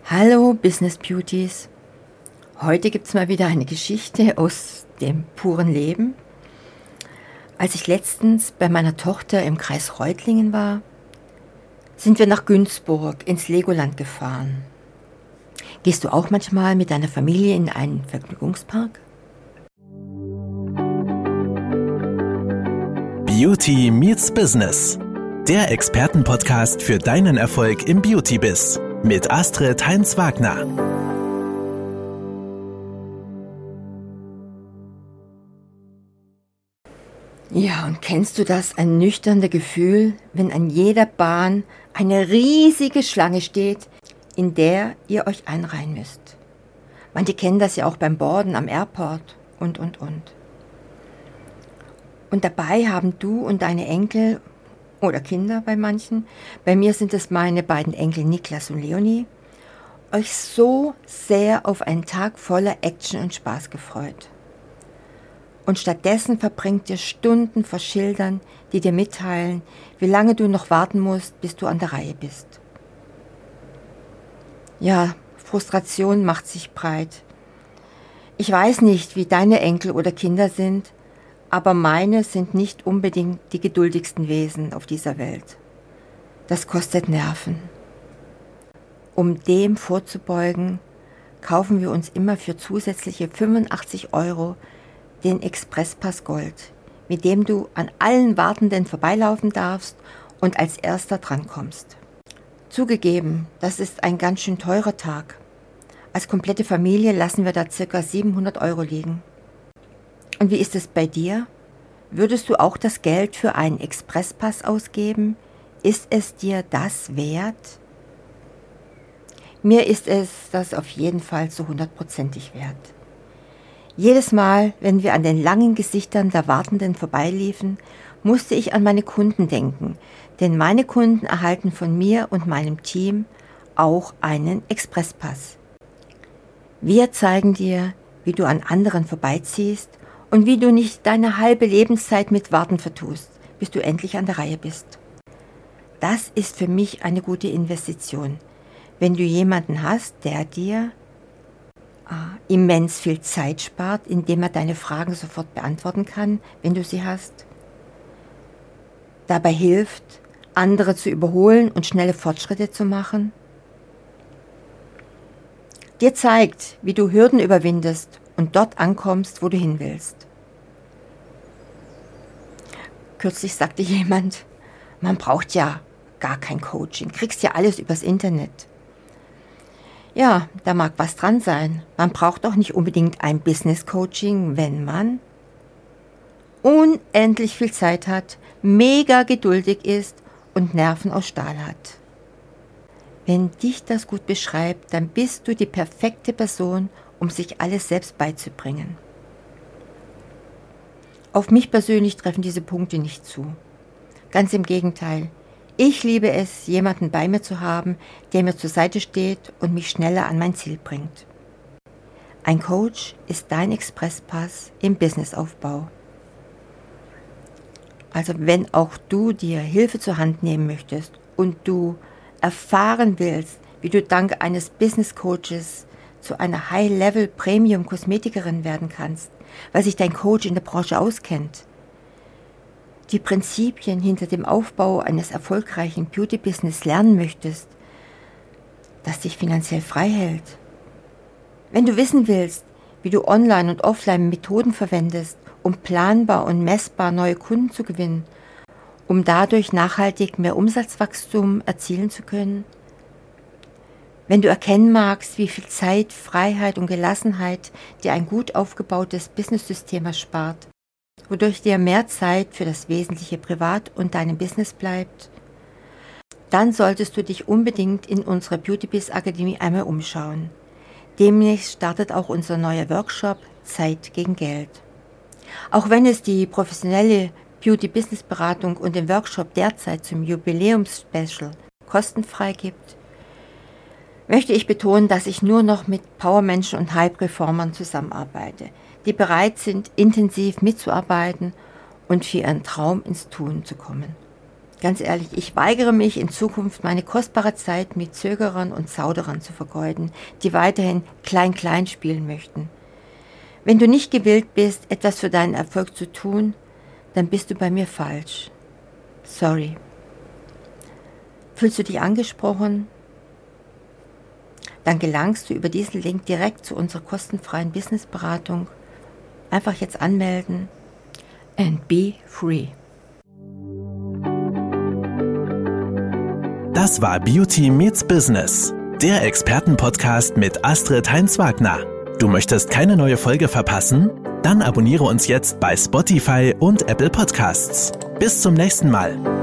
Hallo Business Beauties. Heute gibt es mal wieder eine Geschichte aus dem puren Leben. Als ich letztens bei meiner Tochter im Kreis Reutlingen war, sind wir nach Günzburg ins Legoland gefahren. Gehst du auch manchmal mit deiner Familie in einen Vergnügungspark? Beauty meets Business. Der Expertenpodcast für deinen Erfolg im Beauty-Biz. Mit Astrid Heinz-Wagner. Ja, und kennst du das ernüchternde Gefühl, wenn an jeder Bahn eine riesige Schlange steht, in der ihr euch einreihen müsst? Manche kennen das ja auch beim Boarden am Airport und. Und dabei haben du und deine Enkel oder Kinder bei manchen, bei mir sind es meine beiden Enkel Niklas und Leonie, euch so sehr auf einen Tag voller Action und Spaß gefreut. Und stattdessen verbringt ihr Stunden vor Schildern, die dir mitteilen, wie lange du noch warten musst, bis du an der Reihe bist. Ja, Frustration macht sich breit. Ich weiß nicht, wie deine Enkel oder Kinder sind, aber meine sind nicht unbedingt die geduldigsten Wesen auf dieser Welt. Das kostet Nerven. Um dem vorzubeugen, kaufen wir uns immer für zusätzliche 85 € den Expresspass Gold, mit dem du an allen Wartenden vorbeilaufen darfst und als erster drankommst. Zugegeben, das ist ein ganz schön teurer Tag. Als komplette Familie lassen wir da ca. 700 € liegen. Und wie ist es bei dir? Würdest du auch das Geld für einen Expresspass ausgeben? Ist es dir das wert? Mir ist es das auf jeden Fall zu 100%ig wert. Jedes Mal, wenn wir an den langen Gesichtern der Wartenden vorbeiliefen, musste ich an meine Kunden denken, denn meine Kunden erhalten von mir und meinem Team auch einen Expresspass. Wir zeigen dir, wie du an anderen vorbeiziehst und wie du nicht deine halbe Lebenszeit mit Warten vertust, bis du endlich an der Reihe bist. Das ist für mich eine gute Investition, wenn du jemanden hast, der dir immens viel Zeit spart, indem er deine Fragen sofort beantworten kann, wenn du sie hast. Dabei hilft, andere zu überholen und schnelle Fortschritte zu machen. Dir zeigt, wie du Hürden überwindest und dort ankommst, wo du hin willst. Kürzlich sagte jemand, man braucht ja gar kein Coaching, kriegst ja alles übers Internet. Ja, da mag was dran sein. Man braucht auch nicht unbedingt ein Business-Coaching, wenn man unendlich viel Zeit hat, mega geduldig ist und Nerven aus Stahl hat. Wenn dich das gut beschreibt, dann bist du die perfekte Person, um sich alles selbst beizubringen. Auf mich persönlich treffen diese Punkte nicht zu. Ganz im Gegenteil. Ich liebe es, jemanden bei mir zu haben, der mir zur Seite steht und mich schneller an mein Ziel bringt. Ein Coach ist dein Expresspass im Businessaufbau. Also wenn auch du dir Hilfe zur Hand nehmen möchtest und du erfahren willst, wie du dank eines Business Coaches zu einer High-Level-Premium-Kosmetikerin werden kannst, weil sich dein Coach in der Branche auskennt, die Prinzipien hinter dem Aufbau eines erfolgreichen Beauty-Business lernen möchtest, das dich finanziell frei hält. Wenn du wissen willst, wie du online und offline Methoden verwendest, um planbar und messbar neue Kunden zu gewinnen, um dadurch nachhaltig mehr Umsatzwachstum erzielen zu können, wenn du erkennen magst, wie viel Zeit, Freiheit und Gelassenheit dir ein gut aufgebautes Business-System erspart, wodurch dir mehr Zeit für das Wesentliche privat und deinem Business bleibt, dann solltest du dich unbedingt in unserer Beauty-Biz Akademie einmal umschauen. Demnächst startet auch unser neuer Workshop Zeit gegen Geld. Auch wenn es die professionelle Beauty-Business-Beratung und den Workshop derzeit zum Jubiläums-Special kostenfrei gibt, möchte ich betonen, dass ich nur noch mit Powermenschen und High-Performern zusammenarbeite, die bereit sind, intensiv mitzuarbeiten und für ihren Traum ins Tun zu kommen. Ganz ehrlich, ich weigere mich in Zukunft meine kostbare Zeit mit Zögerern und Zauderern zu vergeuden, die weiterhin klein-klein spielen möchten. Wenn du nicht gewillt bist, etwas für deinen Erfolg zu tun, dann bist du bei mir falsch. Sorry. Fühlst du dich angesprochen? Dann gelangst du über diesen Link direkt zu unserer kostenfreien Businessberatung. Einfach jetzt anmelden and be free. Das war Beauty Meets Business, der Expertenpodcast mit Astrid Heinz-Wagner. Du möchtest keine neue Folge verpassen? Dann abonniere uns jetzt bei Spotify und Apple Podcasts. Bis zum nächsten Mal.